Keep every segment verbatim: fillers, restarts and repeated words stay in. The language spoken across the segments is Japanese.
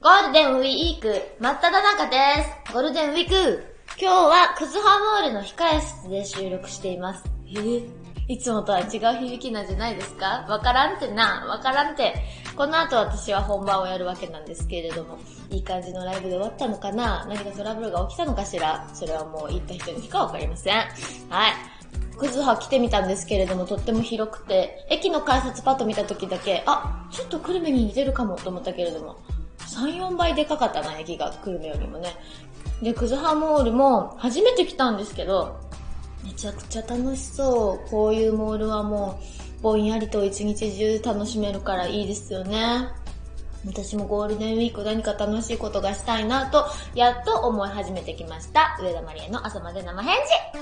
ゴールデンウィーク真っ只中です。ゴールデンウィーク。今日はクズハモールの控え室で収録しています。えー、いつもとは違う響きなんじゃないですか？わからんてな、わからんて。この後私は本番をやるわけなんですけれども、いい感じのライブで終わったのかな？何かトラブルが起きたのかしら？それはもう行った人にしかわかりません。はい。クズハ来てみたんですけれども、とっても広くて、駅の改札パッと見た時だけ、あ、ちょっと久留米に似てるかもと思ったけれども、さん、よんばいでかかったな、駅が久留米よりもね。で、クズハモールも初めて来たんですけど、めちゃくちゃ楽しそう。こういうモールはもう、ぼんやりと一日中楽しめるからいいですよね。私もゴールデンウィーク何か楽しいことがしたいなと、やっと思い始めてきました。上田まりえの朝まで生返事。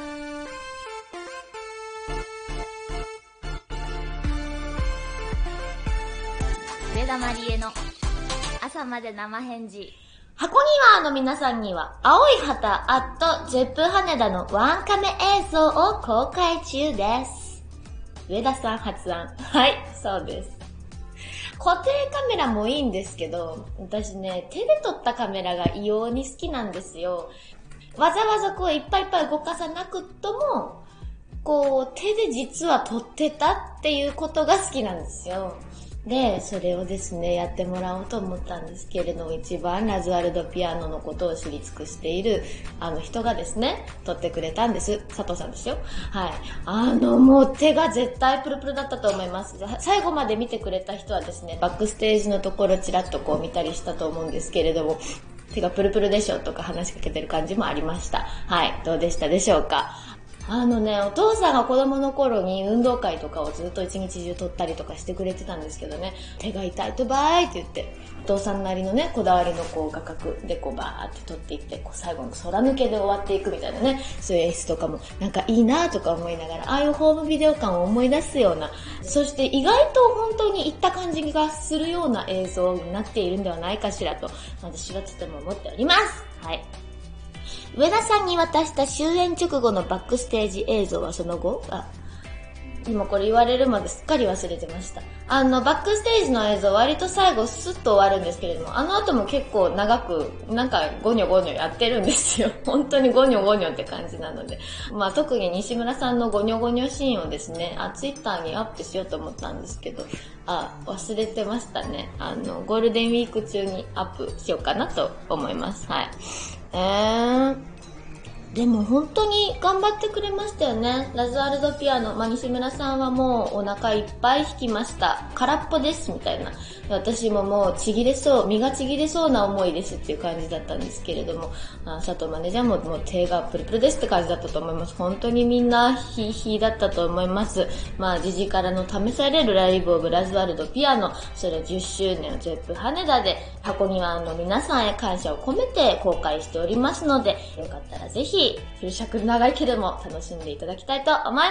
上田まりえの朝まで生返事。箱庭の皆さんには、青い旗アットゼップ羽田のワンカメ映像を公開中です。上田さん発案。はい、そうです。固定カメラもいいんですけど、私ね、手で撮ったカメラが異様に好きなんですよ。わざわざこういっぱいいっぱい動かさなくとも、こう手で実は撮ってたっていうことが好きなんですよ。で、それをですね、やってもらおうと思ったんですけれども、一番ラズワルドピアノのことを知り尽くしている、あの人がですね、撮ってくれたんです。佐藤さんですよ。はい。あの、もう手が絶対プルプルだったと思います。最後まで見てくれた人はですね、バックステージのところちらっとこう見たりしたと思うんですけれども、手がプルプルでしょとか話しかけてる感じもありました。はい。どうでしたでしょうか？あのね、お父さんが子供の頃に運動会とかをずっと一日中撮ったりとかしてくれてたんですけどね、手が痛いとばーいって言って、お父さんなりのね、こだわりのこう画角でこうバーって撮っていって、こう最後の空抜けで終わっていくみたいなね、そういう演出とかもなんかいいなとか思いながら、ああいうホームビデオ感を思い出すような、そして意外と本当にいった感じがするような映像になっているんではないかしらと、私はとても思っております。はい。上田さんに渡した終演直後のバックステージ映像はその後、あ、今これ言われるまですっかり忘れてました。あの、バックステージの映像割と最後スッと終わるんですけれども、あの後も結構長く、なんかゴニョゴニョやってるんですよ。本当にゴニョゴニョって感じなので。まあ特に西村さんのゴニョゴニョシーンをですね、あ、ツイッターにアップしようと思ったんですけど、あ、忘れてましたね。あの、ゴールデンウィーク中にアップしようかなと思います。はい。えー、でも本当に頑張ってくれましたよね。ラズワルドピアノ、まあ、西村さんはもうお腹いっぱい弾きました。空っぽですみたいな。私ももうちぎれそう、身がちぎれそうな思いですっていう感じだったんですけれども、あ、佐藤マネージャーももう手がプルプルですって感じだったと思います。本当にみんなヒーヒーだったと思います。まあ、ジジからの試されるライブオブラズワルドピアノ、それじゅっしゅうねんをゼップ羽田で箱庭の皆さんへ感謝を込めて公開しておりますので、よかったらぜひフル尺長いけども楽しんでいただきたいと思います。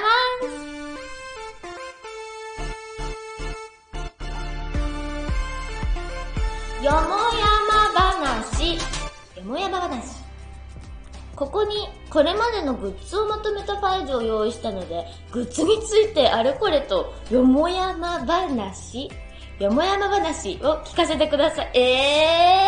よもやま話。よもやま話。ここにこれまでのグッズをまとめたファイルを用意したので、グッズについてあれこれとよもやま話、よもやま話を聞かせてください。え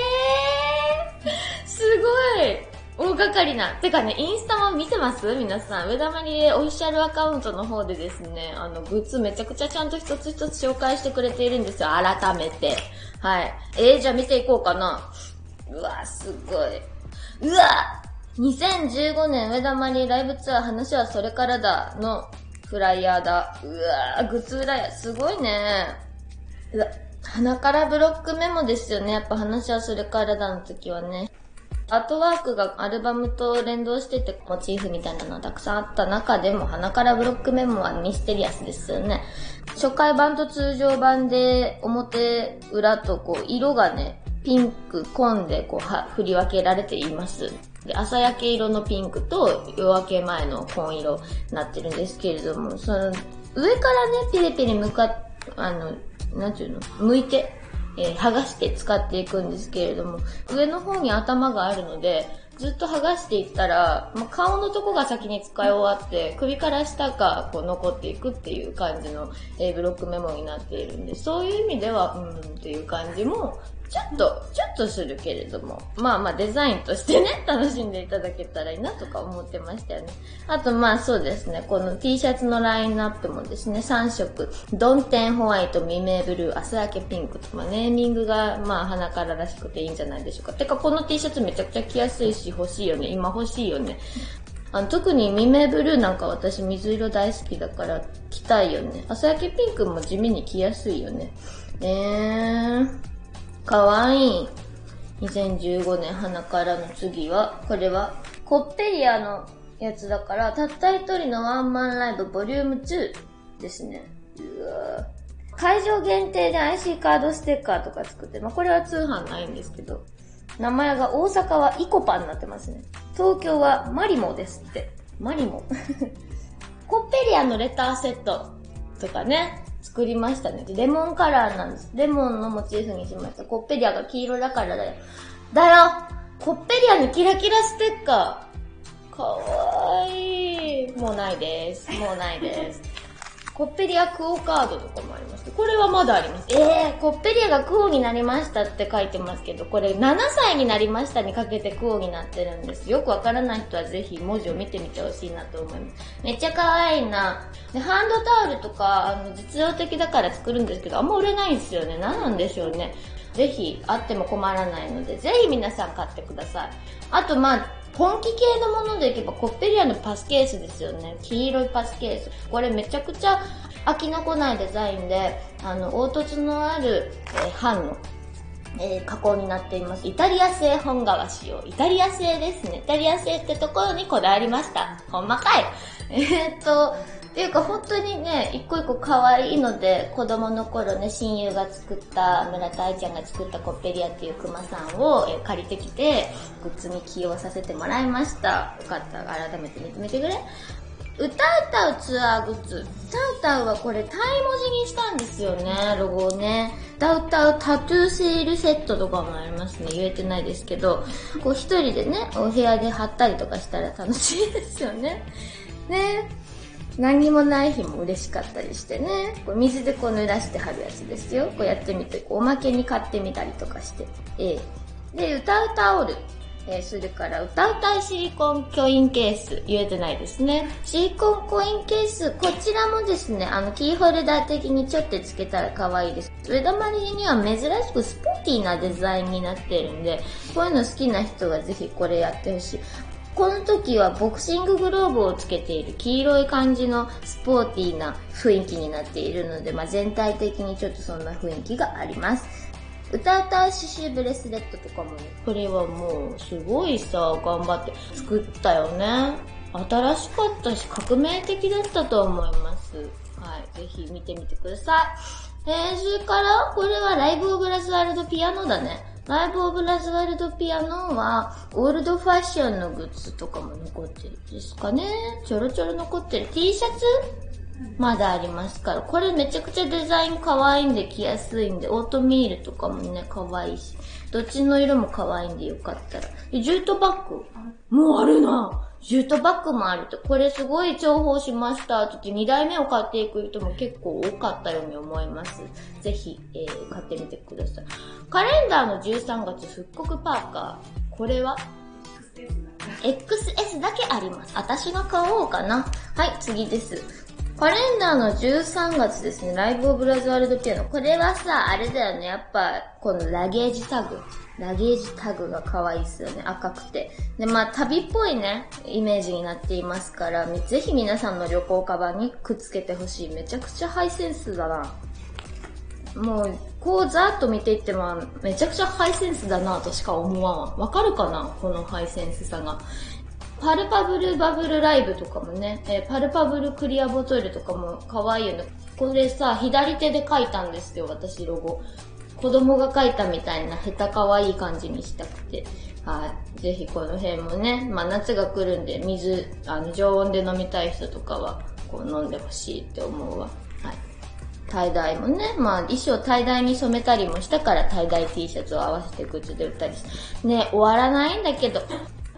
ー、すごい大掛かりな。てかね、インスタも見てます皆さん。上田まりえオフィシャルアカウントの方でですね、あの、グッズめちゃくちゃちゃんと一つ一つ紹介してくれているんですよ。改めて。はい。えー、じゃあ見ていこうかな。うわ、すごい。うわにせんじゅうごねん上田まりえライブツアー話はそれからだのフライヤーだ。うわグッズフライヤー。すごいね。うわ、鼻からブロックメモですよね。やっぱ話はそれからだの時はね。アートワークがアルバムと連動しててモチーフみたいなのがたくさんあった中でも鼻からブロックメモはミステリアスですよね。初回版と通常版で表裏とこう色がねピンク紺でこうは振り分けられています。で、朝焼け色のピンクと夜明け前の紺色になってるんですけれども、その上からねピリピリ向かっあのなんていうの向いてえー、剥がして使っていくんですけれども、上の方に頭があるので、ずっと剥がしていったら、まあ、顔のとこが先に使い終わって、首から下がこう残っていくっていう感じの、えー、ブロックメモになっているんで、そういう意味では、うーんっていう感じもちょっと、ちょっとするけれども、まあまあデザインとしてね、楽しんでいただけたらいいなとか思ってましたよね。あとまあそうですね、この T シャツのラインナップもですね、さんしょく、ドンテンホワイト、未明ブルー、朝焼けピンクと、まあネーミングがまあ鼻かららしくていいんじゃないでしょうか。てかこの T シャツめちゃくちゃ着やすいし欲しいよね。今欲しいよね。あの特に未明ブルーなんか私水色大好きだから着たいよね。朝焼けピンクも地味に着やすいよね。えー、かわいい。にせんじゅうごねん鼻からの次は、これはコッペリアのやつだから、たった一人のワンマンライブボリュームツーですね。うわ会場限定で アイシー カードステッカーとか作って、まあこれは通販ないんですけど、名前が大阪はイコパになってますね。東京はマリモですって。マリモコッペリアのレターセットとかね、作りましたね。レモンカラーなんです。レモンのモチーフにしました。コッペリアが黄色だからだよ。だよコッペリアにキラキラステッカー。かわいい。もうないです。もうないです。コッペリアクオカードとかもありまして、これはまだあります。えー、コッペリアがクオになりましたって書いてますけど、これななさいになりましたにかけてクオになってるんです。よくわからない人はぜひ文字を見てみてほしいなと思います。めっちゃ可愛いな。で、ハンドタオルとか、あの、実用的だから作るんですけど、あんま売れないんですよね。何なんでしょうね。ぜひ、あっても困らないので、ぜひ皆さん買ってください。あと、まあ、本気系のものでいけばコッペリアのパスケースですよね。黄色いパスケース。これめちゃくちゃ飽きのこないデザインで、あの、凹凸のある、えー、版の、えー、加工になっています。イタリア製本革仕様。イタリア製ですね。イタリア製ってところにこだわりました。ほんまかい。えーっと、っていうか本当にね、一個一個可愛いので、子供の頃ね、親友が作った、村田愛ちゃんが作ったコッペリアっていうクマさんを、えー、借りてきて、グッズに起用させてもらいました。よかったら改めて見てみてくれ。歌歌うツアーグッズ。歌歌うはこれタイ文字にしたんですよね、ロゴをね。歌歌うタトゥーセールセットとかもありますね。言えてないですけど、こう一人でね、お部屋で貼ったりとかしたら楽しいですよね。ね。何にもない日も嬉しかったりしてね。こう水でこう濡らして貼るやつですよ。こうやってみて、こうおまけに買ってみたりとかして。ええ。で、歌うタオル。えー、それから歌うたいシリコンコインケース。言えてないですね。シリコンコインケース。こちらもですね、あの、キーホルダー的にちょっとつけたら可愛いです。上田まりには珍しくスポーティーなデザインになっているんで、こういうの好きな人はぜひこれやってほしい。この時はボクシンググローブをつけている黄色い感じのスポーティーな雰囲気になっているので、まあ、全体的にちょっとそんな雰囲気があります。歌うたう刺繍ブレスレットとかもね、これはもうすごいさ、頑張って作ったよね。新しかったし革命的だったと思います。はい、ぜひ見てみてください。えー、それからこれはライブオブラズワールドピアノだね。ライブオブラズワールドピアノはオールドファッションのグッズとかも残ってるんですかね。ちょろちょろ残ってる T シャツまだありますから。これめちゃくちゃデザイン可愛いんで着やすいんで、オートミールとかもね、可愛いし。どっちの色も可愛いんでよかったら。で、ジュートバッグもうあるな。ジュートバッグもあると。これすごい重宝しましたってにだいめを買っていく人も結構多かったように思います。ぜひ、えー、買ってみてください。カレンダーのじゅうさんがつ復刻パーカー。これはエックスエス だけあります。私が買おうかな。はい、次です。カレンダーのじゅうさんがつですね、ライブオブラズワールドピアノ。これはさ、あれだよね、やっぱ、このラゲージタグ。ラゲージタグが可愛いですよね、赤くて。で、まあ、旅っぽいね、イメージになっていますから、ぜひ皆さんの旅行カバンにくっつけてほしい。めちゃくちゃハイセンスだな。もう、こうざーっと見ていっても、めちゃくちゃハイセンスだなとしか思わんわ。わかるかなこのハイセンスさが。パルパブルバブルライブとかもね、えー、パルパブルクリアボトルとかも可愛いよね。これさ、左手で描いたんですよ、私ロゴ。子供が描いたみたいな下手可愛い感じにしたくて。はい。ぜひこの辺もね、まあ夏が来るんで水、あの常温で飲みたい人とかは、こう飲んでほしいって思うわ。はい。タイダイもね、まあ衣装タイダイに染めたりもしたからタイダイ T シャツを合わせてグッズで売ったりして。ね、終わらないんだけど、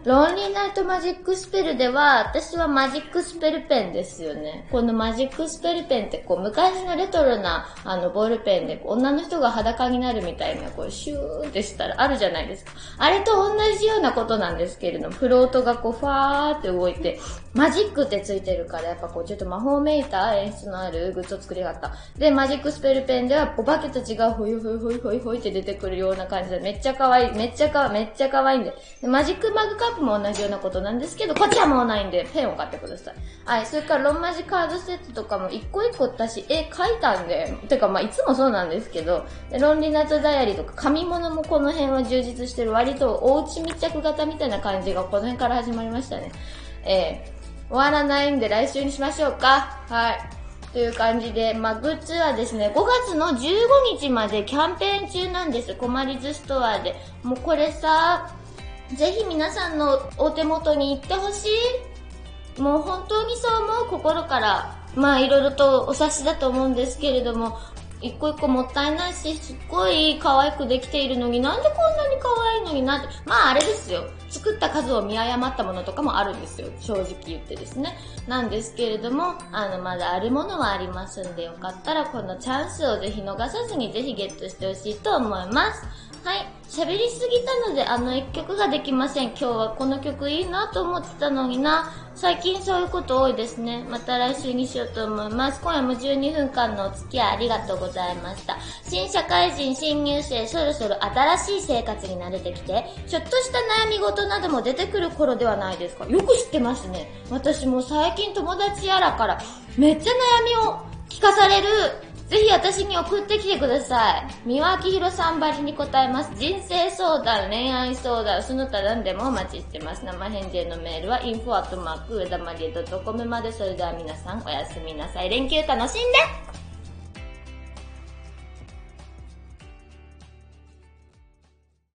ロンリーナイトマジックスペルでは、私はマジックスペルペンですよね。このマジックスペルペンってこう昔のレトロなあのボールペンで女の人が裸になるみたいなこうシューってしたらあるじゃないですか。あれと同じようなことなんですけれども、フロートがこうファーって動いて、マジックってついてるからやっぱこうちょっと魔法めいた演出のあるグッズを作りやがった。で、マジックスペルペンではお化けたちがホイホイホイホイホイって出てくるような感じでめっちゃ可愛い、めっちゃ可愛い、めっちゃ可愛いんで。でマジックマグカップも同じようなことなんですけど、こっちはもうないんで、ペンを買ってください。はい。それからロンマジカードセットとかも一個一個私絵描いたんで、てかまあいつもそうなんですけど、ロンリーナイトダイアリーとか紙物もこの辺は充実してる割とおうち密着型みたいな感じがこの辺から始まりましたね。えー、終わらないんで来週にしましょうか。はい。という感じで、まあ、グッズはですね、ごがつのじゅうごにちまでキャンペーン中なんです。コマリズストアで。もうこれさ、ぜひ皆さんのお手元に行ってほしい。もう本当にそう思う心から。まあいろいろとお察しだと思うんですけれども、一個一個もったいないし、すっごい可愛くできているのになんでこんなに可愛いのになって。まああれですよ。作った数を見誤ったものとかもあるんですよ。正直言ってですね。なんですけれども、あの、まだあるものはありますんで、よかったらこのチャンスをぜひ逃さずにぜひゲットしてほしいと思います。はい。喋りすぎたのであの一曲ができません。今日はこの曲いいなと思ってたのにな。最近そういうこと多いですね。また来週にしようと思います。今夜もじゅうにふんかんのお付き合いありがとうございました。新社会人、新入生、そろそろ新しい生活に慣れてきて、ちょっとした悩み事なども出てくる頃ではないですか。よく知ってますね。私も最近友達やらからめっちゃ悩みを聞かされる。ぜひ私に送ってきてください。三輪明宏さんばりに答えます。人生相談、恋愛相談、その他何でもお待ちしてます。生返事へのメールは インフォ アットマーク 上田まりえ ドットコム まで。それでは皆さんおやすみなさい。連休楽しんで